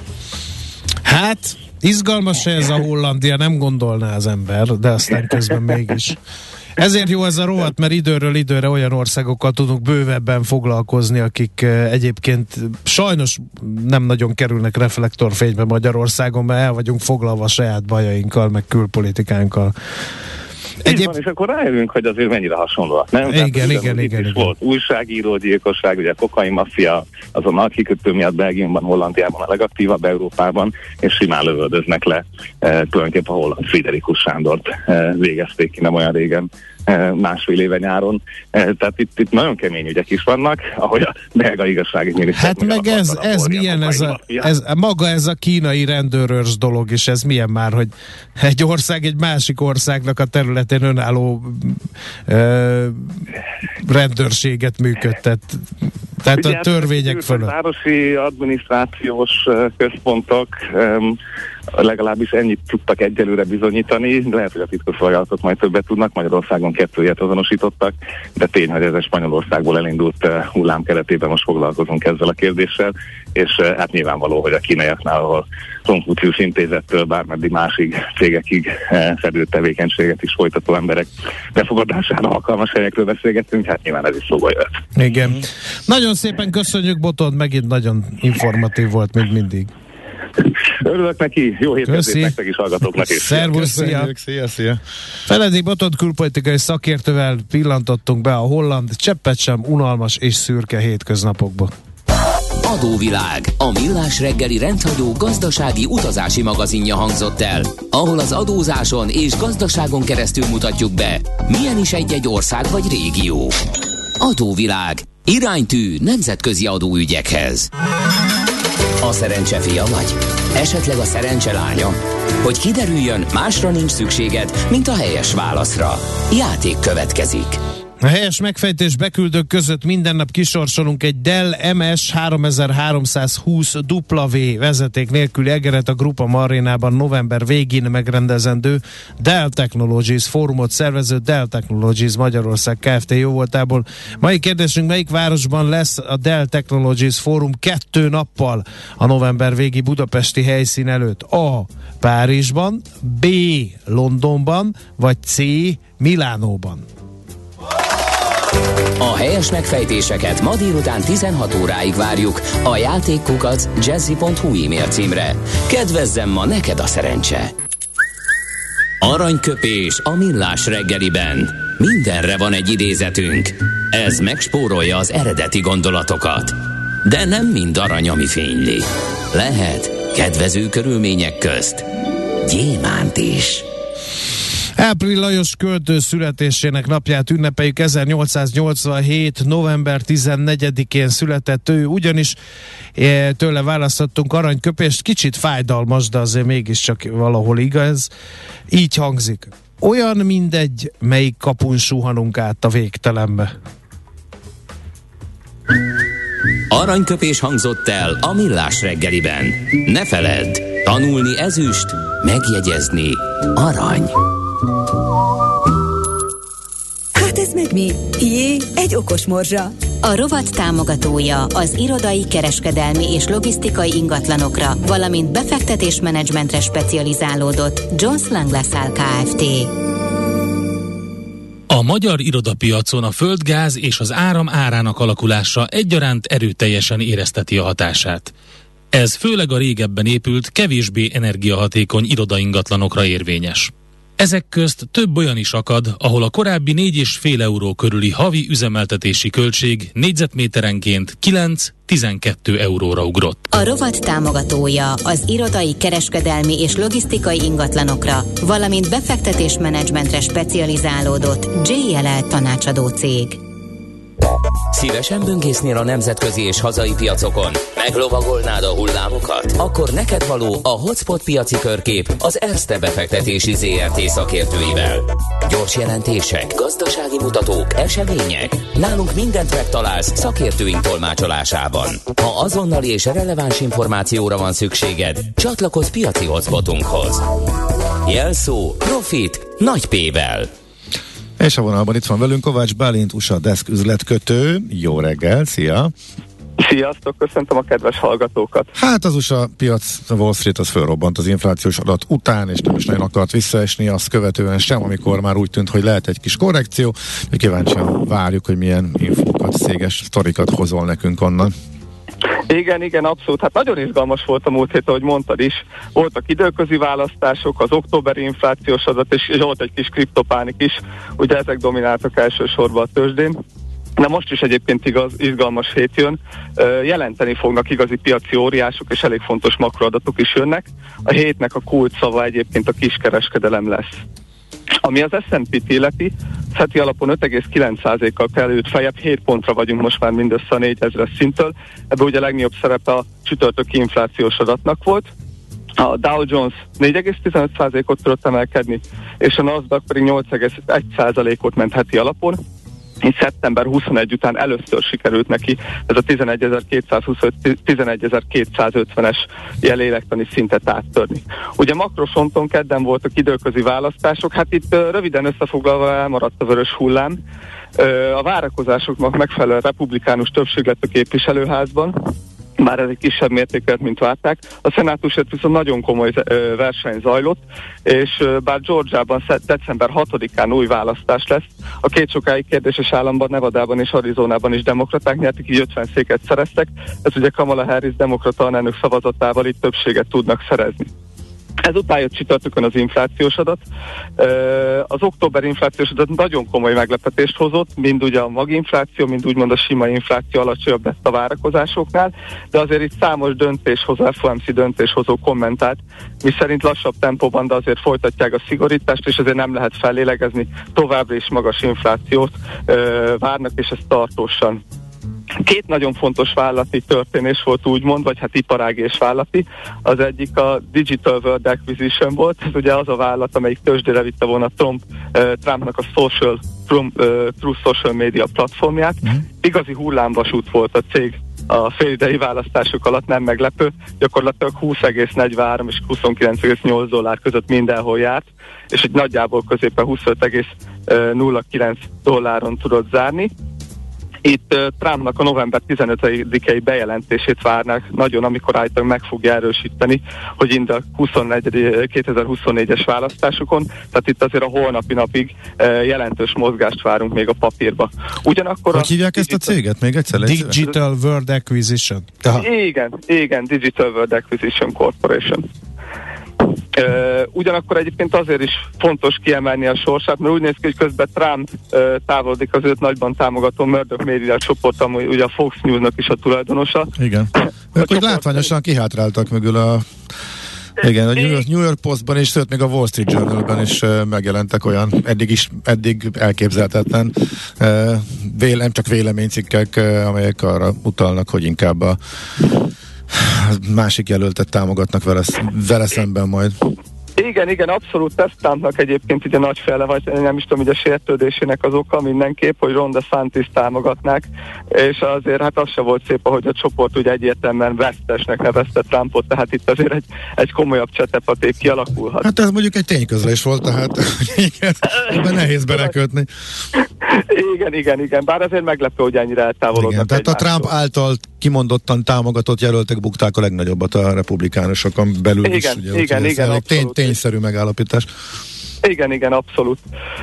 Hát, izgalmas ez a Hollandia, nem gondolná az ember, de aztán közben mégis. Ezért jó ez a rovat, mert időről időre olyan országokkal tudunk bővebben foglalkozni, akik egyébként sajnos nem nagyon kerülnek reflektorfénybe Magyarországon, mert el vagyunk foglalva saját bajainkkal, meg külpolitikánkkal. Egyéb... van, és akkor rájövünk, hogy azért mennyire hasonlóak, nem? Igen, igen, igen, igen, igen. Volt újságírógyilkosság, ugye a kokain maffia azon a kikötő miatt Belgiumban, Hollandiában a legaktívabb Európában, és simán lövöldöznek le. E, tulajdonképpen a holland Friderikus Sándort e, végezték ki nem olyan régen, e, másfél éve nyáron. E, tehát itt, itt nagyon kemény ügyek is vannak, ahogy a belga igazsági miniszter. Hát meg ez, ez milyen, ez a, ez, maga ez a kínai rendőrös dolog is, ez milyen már, hogy egy ország egy másik országnak a területén önálló ö, rendőrséget működtet. Tehát ugye a törvények fölött. A városi adminisztrációs központok um, legalábbis ennyit tudtak egyelőre bizonyítani, lehet, hogy a titkosszolgálatok majd többet tudnak, Magyarországon kettő ilyet azonosítottak, de tény, hogy ez a Spanyolországból elindult uh, hullám keretében most foglalkozunk ezzel a kérdéssel, és uh, hát nyilvánvaló, hogy a kínaiaknál, ahol Konfucius Intézettől bármeddig másik cégekig uh, fedő tevékenységet is folytató emberek befogadására alkalmas helyekről beszélgettünk, hát nyilván ez is szóba jöhet. Igen. Mm-hmm. Nagyon szépen köszönjük, Botond, megint nagyon informatív volt, mint mindig. Örülök neki, jó hétvéget nektek is, hallgatóknak is. Szervusz, szia! Szia, szia! Feledi Botond külpolitikai szakértővel pillantottunk be a holland, cseppet sem unalmas és szürke hétköznapokba. Adóvilág, a millás reggeli rendhagyó gazdasági utazási magazinja hangzott el, ahol az adózáson és gazdaságon keresztül mutatjuk be, milyen is egy-egy ország vagy régió. Adóvilág, iránytű nemzetközi adóügyekhez. A szerencse fia vagy? Esetleg a szerencse lánya? Hogy kiderüljön, másra nincs szükséged, mint a helyes válaszra. Játék következik. A helyes megfejtés beküldők között minden nap kisorsolunk egy Dell em es háromezerháromszázhúsz dupla vé vezeték nélküli egeret a Grupa Marénában november végén megrendezendő Dell Technologies fórumot szervező Dell Technologies Magyarország Kft. Jóvoltából. Mai kérdésünk, melyik városban lesz a Dell Technologies fórum kettő nappal a november végi budapesti helyszín előtt? A. Párizsban, B. Londonban, vagy C. Milánóban? A helyes megfejtéseket ma délután tizenhat óráig várjuk a játékkukac jazzy pont hu e-mail címre. Kedvezzem ma neked a szerencse! Aranyköpés a millás reggeliben. Mindenre van egy idézetünk. Ez megspórolja az eredeti gondolatokat. De nem mind arany, ami fényli. Lehet kedvező körülmények közt gyémánt is. Április Lajos költő születésének napját ünnepeljük. ezernyolcszáznyolcvanhét. november tizennegyedikén született ő, ugyanis tőle választottunk aranyköpést, kicsit fájdalmas, de azért mégiscsak valahol igaz. Így hangzik: olyan mindegy, melyik kapun suhanunk át a végtelenbe. Aranyköpés hangzott el a millás reggeliben. Ne feledd, tanulni ezüst, megjegyezni arany. Hát ez meg mi? Jé, egy okos morzsa. A rovat támogatója az irodai, kereskedelmi és logisztikai ingatlanokra, valamint befektetésmenedzsmentre specializálódott Jones Lang LaSalle Kft. A magyar irodapiacon a földgáz és az áram árának alakulása egyaránt erőteljesen érezteti a hatását. Ez főleg a régebben épült, kevésbé energiahatékony irodaingatlanokra érvényes. Ezek közt több olyan is akad, ahol a korábbi négy és fél euró körüli havi üzemeltetési költség négyzetméterenként kilenc-tizenkét euróra ugrott. A rovat támogatója az irodai, kereskedelmi és logisztikai ingatlanokra, valamint befektetésmenedzsmentre specializálódott jé el el tanácsadó cég. Szívesen böngésznél a nemzetközi és hazai piacokon? Meglovagolnád a hullámokat? Akkor neked való a Hotspot piaci körkép az Erste befektetési zé er té szakértőivel. Gyors jelentések, gazdasági mutatók, események. Nálunk mindent megtalálsz szakértőink tolmácsolásában. Ha azonnali és releváns információra van szükséged, csatlakozz piaci hotspotunkhoz. Jelszó Profit nagy P-vel. És a vonalban itt van velünk Kovács Bálint, u es á Desk üzletkötő. Jó reggel, szia! Sziasztok, köszöntöm a kedves hallgatókat! Hát az u es á piac, a Wall Street az fölrobbant az inflációs adat után, és nem is nagyon akart visszaesni, azt követően sem, amikor már úgy tűnt, hogy lehet egy kis korrekció. Kíváncsian várjuk, hogy milyen infókat, széges sztorikat hozol nekünk onnan. Igen, igen, abszolút. Hát nagyon izgalmas volt a múlt hét, ahogy mondtad is. Voltak időközi választások, az októberi inflációs adat, és, és volt egy kis kriptopánik is. Ugye ezek domináltak elsősorban a tőzsdén. De most is egyébként igaz, izgalmas hét jön. Jelenteni fognak igazi piaci óriások, és elég fontos makroadatok is jönnek. A hétnek a kulcs szava egyébként a kiskereskedelem lesz. Ami az es and pé-t illeti, heti alapon öt egész kilenc százalékkal előtt feljebb, hét pontra vagyunk most már mindössze a négyezres szinttől. Ebből ugye a legnagyobb szerepe a csütörtöki inflációs adatnak volt. A Dow Jones négy egész tizenöt százalékot tudott emelkedni, és a Nasdaq pedig nyolc egész egy százalékot ment heti alapon. Így szeptember huszonegyedike után először sikerült neki ez a tizenegyezer-kétszázhúsz-tizenegyezer-kétszázötvenes jelélektani szintet áttörni. Ugye makrofronton kedden voltak időközi választások, hát itt röviden összefoglalva elmaradt a vörös hullám. A várakozásoknak megfelelően republikánus többség lett a képviselőházban, már ez egy kisebb mértéket, mint várták. A szenátusért viszont nagyon komoly verseny zajlott, és bár Georgiában december hatodikán új választás lesz, a két sokáig kérdéses államban, Nevadában és Arizonában is demokraták nyertek, így ötven széket szereztek. Ez ugye Kamala Harris demokrata alelnök szavazatával itt többséget tudnak szerezni. Ezután jött csütörtökön az inflációs adat. Az október inflációs adat nagyon komoly meglepetést hozott, mind ugye a maginfláció, mind úgymond a sima infláció alacsonyabb lesz a várakozásoknál, de azért itt számos döntéshozó, ef o em cé döntéshozó kommentált, miszerint lassabb tempóban, de azért folytatják a szigorítást, és azért nem lehet fellélegezni, továbbra is magas inflációt várnak, és ez tartósan. Két nagyon fontos vállalati történés volt úgymond, vagy hát iparági és vállalati. Az egyik a Digital World Acquisition volt, ez ugye az a vállalat, amelyik tőzsdére vitte volna Trump, uh, Trumpnak a social, Trump, uh, True Social Media platformját. Mm. Igazi hullámvasút volt a cég a félidei választások alatt, nem meglepő. Gyakorlatilag húsz egész negyvenhárom és huszonkilenc egész nyolc dollár között mindenhol járt, és egy nagyjából középen huszonöt egész nulla kilenc dolláron tudott zárni. Itt uh, Trumpnak a november tizenötödikei bejelentését várnak nagyon, amikor állítólag meg fogja erősíteni, hogy indul a kétezer-huszonnégyes választásokon, tehát itt azért a holnapi napig uh, jelentős mozgást várunk még a papírba. Ugyanakkor hogy hívják ezt a céget még egyszer? Digital World Acquisition. Aha. Igen, igen, Digital World Acquisition Corporation. Uh, ugyanakkor egyébként azért is fontos kiemelni a sorsát, mert úgy néz ki, hogy közben Trump uh, távolodik az őt nagyban támogató Murdoch Media csoport, ami ugye a Fox News-nak is a tulajdonosa. Igen. Ők úgy látványosan kihátráltak mögül a igen, a New York, New York Postban és sőt még a Wall Street Journalben is uh, megjelentek olyan eddig is, eddig elképzelhetetlen uh, véle, nem csak véleménycikkek, uh, amelyek arra utalnak, hogy inkább a másik jelöltet támogatnak vele, vele szemben majd. Igen, igen, abszolút Trumpnak egyébként ugye nagy fele, vagy nem is tudom, hogy a sértődésének az oka mindenképp, hogy Ron DeSantis támogatnák, és azért hát az se volt szép, ahogy a csoport ugye egyértelműen vesztesnek nevezte Trumpot, tehát itt azért egy, egy komolyabb csetepaték kialakulhat. Hát ez mondjuk egy tényközlés volt, tehát igen, ebben nehéz belekötni. Igen, igen, igen. Bár azért meglepő, hogy ennyire eltávolodnak. Igen, tehát a Trump által kimondottan támogatott jelöltek bukták a legnagyobbat a republikánusokon belül igen, is. Ugye, igen, ez igen, egy tény, tényszerű megállapítás. Igen, igen, abszolút.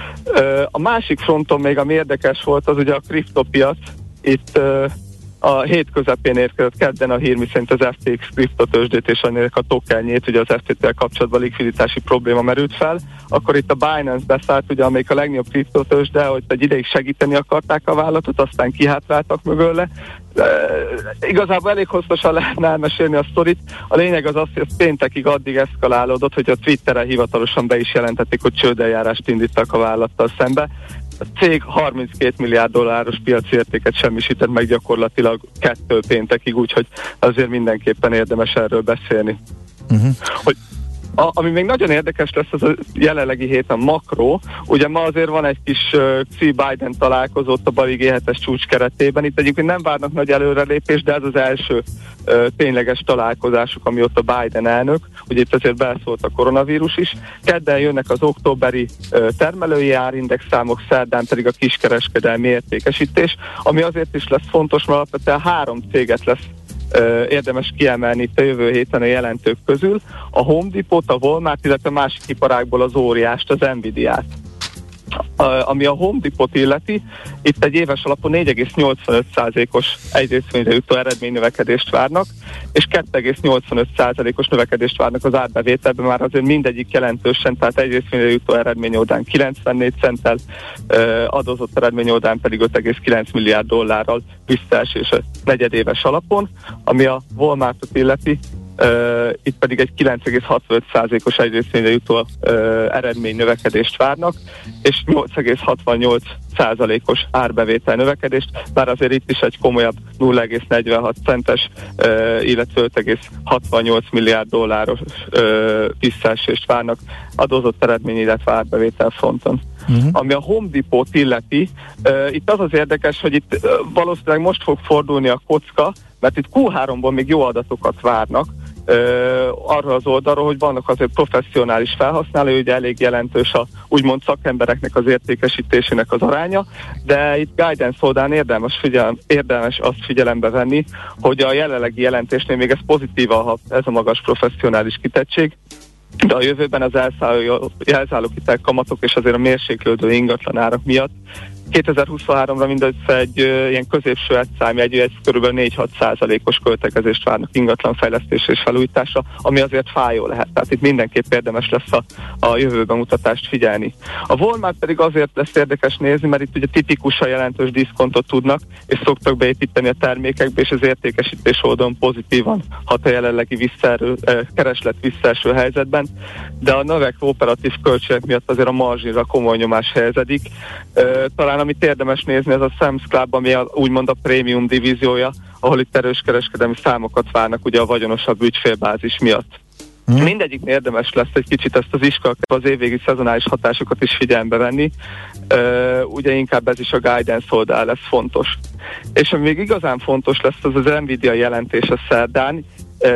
A másik fronton még, ami érdekes volt, az ugye a kriptopiac. Itt a hét közepén érkezett kedden a hír, miszerint az ef té iksz kriptotőzsdét és ennek a tokenjét, ugye az ef té té-tel kapcsolatban likviditási probléma merült fel, akkor itt a Binance beszállt, ugye, amelyik a legnagyobb kriptotőzsde, hogy egy ideig segíteni akarták a vállalatot, aztán kihátráltak mögölle. De igazából elég hosszasan lehetne elmesélni a sztorit. A lényeg az az, hogy ez péntekig addig eszkalálódott, hogy a Twitteren hivatalosan be is jelentették, hogy csődeljárást indítottak a vállalattal szembe. A cég harminckét milliárd dolláros piaci értéket semmisített meg gyakorlatilag kettő péntekig, úgyhogy azért mindenképpen érdemes erről beszélni. Uh-huh. Hogy A, ami még nagyon érdekes lesz az a jelenlegi héten makro, ugye ma azért van egy kis uh, Xi-Biden találkozott a Bali gé hetes csúcs keretében, itt egyébként nem várnak nagy előrelépést, de ez az első uh, tényleges találkozásuk, ami ott a Biden elnök, ugye itt azért belszólt a koronavírus is, kedden jönnek az októberi uh, termelői árindex számok, szerdán pedig a kiskereskedelmi értékesítés, ami azért is lesz fontos, mert alapvetően három céget lesz Uh, érdemes kiemelni itt a jövő héten a jelentők közül, a Home Depot, a Walmart, illetve másik iparágból az óriást, az Nvidiát. Uh, ami a Home Depot illeti, itt egy éves alapon négy egész nyolcvanöt százalékos egyrészvényre jutó eredménynövekedést várnak, és két egész nyolcvanöt százalékos növekedést várnak az árbevételben, már azért mindegyik jelentősen, tehát egyrészvényre jutó eredmény oldán kilencvennégy centtel, uh, adózott eredmény oldán pedig öt egész kilenc milliárd dollárral visszaesés a negyedéves alapon, ami a Walmartot illeti. Uh, itt pedig egy kilenc egész hatvanöt százalékos egyrészvényre jutó uh, eredmény növekedést várnak, és nyolc egész hatvannyolc százalékos árbevétel növekedést, bár azért itt is egy komolyabb nulla egész negyvenhat centes, uh, illetve öt egész hatvannyolc milliárd dolláros uh, visszaesést várnak adózott eredmény, illetve árbevétel fronton. Uh-huh. Ami a Home Depot illeti, uh, itt az az érdekes, hogy itt uh, valószínűleg most fog fordulni a kocka, mert itt kú háromban még jó adatokat várnak, Uh, arra az oldalról, hogy vannak azért professzionális felhasználói, ugye elég jelentős a úgymond szakembereknek az értékesítésének az aránya, de itt guidance oldalán érdemes, figyel, érdemes azt figyelembe venni, hogy a jelenlegi jelentésnél még ez pozitívan, ez a magas professzionális kitettség, de a jövőben az elszállóhitel kamatok és azért a mérséklődő ingatlanárak miatt kétezer-huszonháromra mindössze egy ö, ilyen középső egyszámjegyű, egy kb. négy-hat százalékos költekezést várnak ingatlanfejlesztésre és felújításra, ami azért fájó lehet. Tehát itt mindenképp érdemes lesz a, a jövőben mutatást figyelni. A Walmart pedig azért lesz érdekes nézni, mert itt ugye tipikusan jelentős diszkontot tudnak, és szoktak beépíteni a termékekbe, és az értékesítés oldalon pozitívan hat a jelenlegi visszaerő, eh, kereslet visszaeső helyzetben, de a növekvő operatív költségek miatt azért a marzsinra komoly nyomás helyezedik. Eh, talán amit érdemes nézni, ez a Sam's Club, ami a, úgymond a prémium divíziója, ahol itt erős kereskedelmi számokat várnak ugye a vagyonosabb ügyfélbázis miatt. Hmm. Mindegyik érdemes lesz egy kicsit ezt az iskola, az évvégi szezonális hatásokat is figyelembe venni. Uh, ugye inkább ez is a guidance oldal lesz fontos. És ami még igazán fontos lesz, az az Nvidia jelentés a szerdán.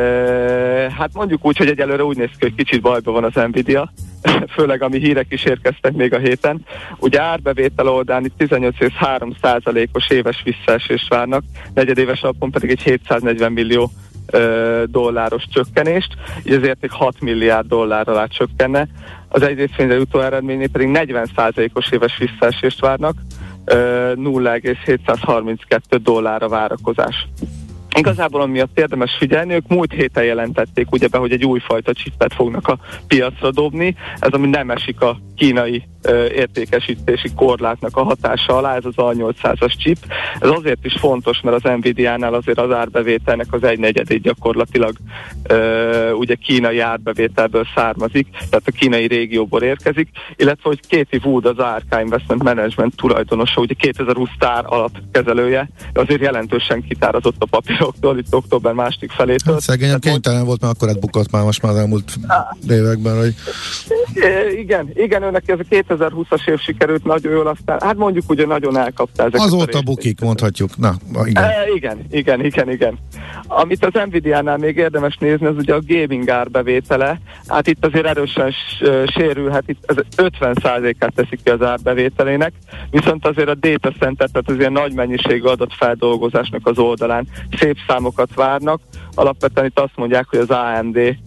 Uh, hát mondjuk úgy, hogy egyelőre úgy néz ki, hogy kicsit bajban van az Nvidia, főleg ami hírek is érkeztek még a héten. Ugye árbevétel oldalán itt tizennyolc egész három százalékos éves visszaesést várnak, negyedéves alapon pedig egy hétszáznegyven millió uh, dolláros csökkenést, így az érték hat milliárd dollárra alá csökkenne. Az egy részvényre jutó eredménynél pedig negyven százalékos éves visszaesést várnak, uh, nulla egész hétszázharminckettő dollárra várakozás. Igazából amiatt érdemes figyelni, ők múlt héten jelentették ugye be, hogy egy újfajta chipet fognak a piacra dobni, ez ami nem esik a kínai ö, értékesítési korlátnak a hatása alá, ez az A nyolcszázas chip. Ez azért is fontos, mert az Nvidia-nál azért az árbevételnek az egynegyedét gyakorlatilag ö, ugye kínai árbevételből származik, tehát a kínai régióból érkezik, illetve hogy Katie Wood, az á er ká Investment Management tulajdonosa, ugye kétezer-húsz tár alapkezelője, azért jelentősen kitárazott a papír hónapoktól, itt október második felétől. Hát szegényen kénytelen volt, mert akkor hát bukott már most már az elmúlt években, hogy... Igen, igen, őnek ez a kétezer-húszas év sikerült nagyon jól, aztán hát mondjuk ugye nagyon elkapta ezeket. Azóta bukik, mondhatjuk. Na, igen. E, igen, igen, igen, igen. Amit az Nvidia-nál még érdemes nézni, az ugye a gaming árbevétele. Hát itt azért erősen sérülhet, itt ez ötven százalékát teszik ki az árbevételének, viszont azért a data center, tehát az ilyen nagy mennyiségű adatfeldolgozásnak az oldalán szép számokat várnak. Alapvetően itt azt mondják, hogy az á em dé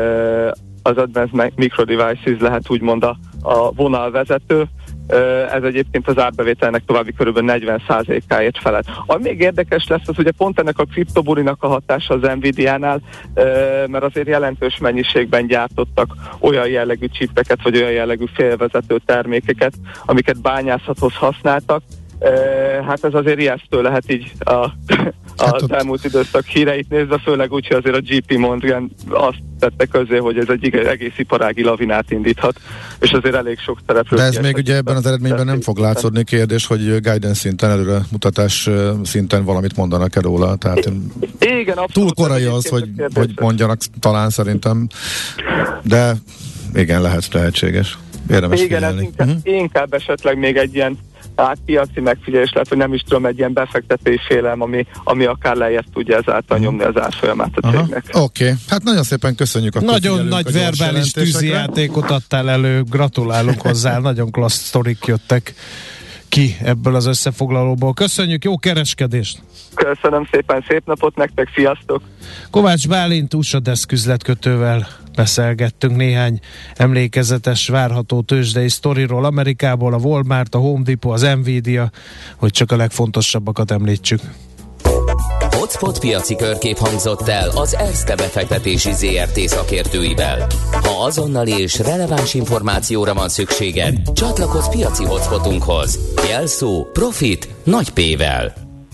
az Advanced Micro Devices lehet úgymond a, a vonalvezető. Ez egyébként az árbevételnek további körülbelül negyven százalékáért felett. Ami még érdekes lesz, az ugye pont ennek a kriptoburinak a hatása az Nvidia-nál, mert azért jelentős mennyiségben gyártottak olyan jellegű csipeket, vagy olyan jellegű félvezető termékeket, amiket bányászathoz használtak. Hát ez azért ijesztő lehet így a, a, az elmúlt időszak híreit nézve, főleg úgy, hogy azért a gé pé Morgan azt tette közé, hogy ez egy egész iparági lavinát indíthat, és azért elég sok szereplő. De ez még ugye ebben az eredményben nem fog látszódni, kérdés, hogy guidance szinten, előre mutatás szinten valamit mondanak-e róla, tehát igen, abszolút, túl korai az, hogy, hogy mondjanak talán szerintem, de igen, lehet lehetséges. Érdemes igen, ez inkább, uh-huh. inkább esetleg még egy ilyen hát piaci megfigyelés lehet, hogy nem is tudom, egy ilyen befektetői félelem, ami, ami akár lejjebb tudja ezáltal nyomni az árfolyamát a cégnek. Oké, okay. Hát nagyon szépen köszönjük. A nagyon nagy verbális tűzijátékot adtál elő, gratulálunk hozzá, nagyon klassz sztorik jöttek ki ebből az összefoglalóból. Köszönjük, jó kereskedést! Köszönöm szépen, szép napot nektek, sziasztok! Kovács Bálint u es á Desk üzletkötővel beszélgettünk néhány emlékezetes, várható tőzsdei sztoriról Amerikából, a Walmart, a Home Depot, az Nvidia, hogy csak a legfontosabbakat említsük. Hotspot piaci körkép hangzott el az Erste befektetési zé er té szakértőivel. Ha azonnali és releváns információra van szükséged, csatlakozz piaci hotspotunkhoz. Jelszó Profit nagy P-vel.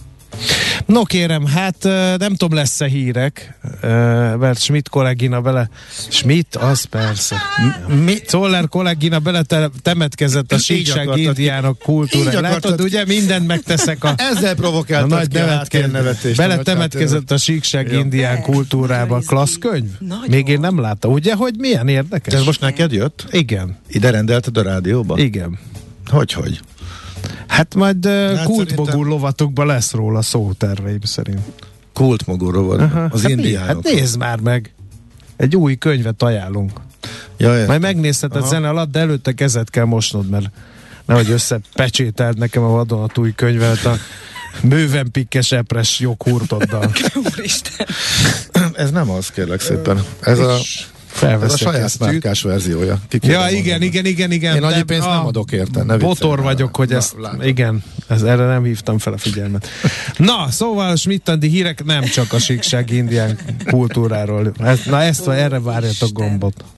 No kérem, hát nem tudom, lesz-e hírek, mert Schmidt kollégina bele, Schmidt, az persze, Zoller kollégina bele temetkezett a síkság indiánok kultúra. Látod, ugye mindent megteszek a... Ezzel provokáltak a nagy ki nevetke- nevetést. Bele temetkezett a síkság indián kultúrába. Klassz könyv? Még én nem láttam. Ugye, hogy milyen érdekes? Ez most neked jött? Igen. Ide rendelted a rádióba? Igen. Hogy-hogy? Hát majd uh, kultmogul szerintem... lovatokban lesz róla szó terveim szerint. Kultmogul rovat? Uh-huh. Az hát indiánok. Hát nézd már meg! Egy új könyvet ajánlunk. Ja, majd megnézheted zene alatt, de előtte kezet kell mosnod, mert nehogy összepecsételd nekem a vadonatúj könyvet a bőven pikkes epres joghurtoddal. Úristen! Ez nem az, kérlek szépen. Ez a... Ez a saját márkás verziója. Ja, igen, igen, igen, igen. Én annyi pénzt nem adok érte. Ne botor vagyok, hogy ezt, na, igen, ez, erre nem hívtam fel a figyelmet. Na, szóval Schmidt-Andi hírek nem csak a síkság indián kultúráról. Ez, na ezt, erre várjátok gombot.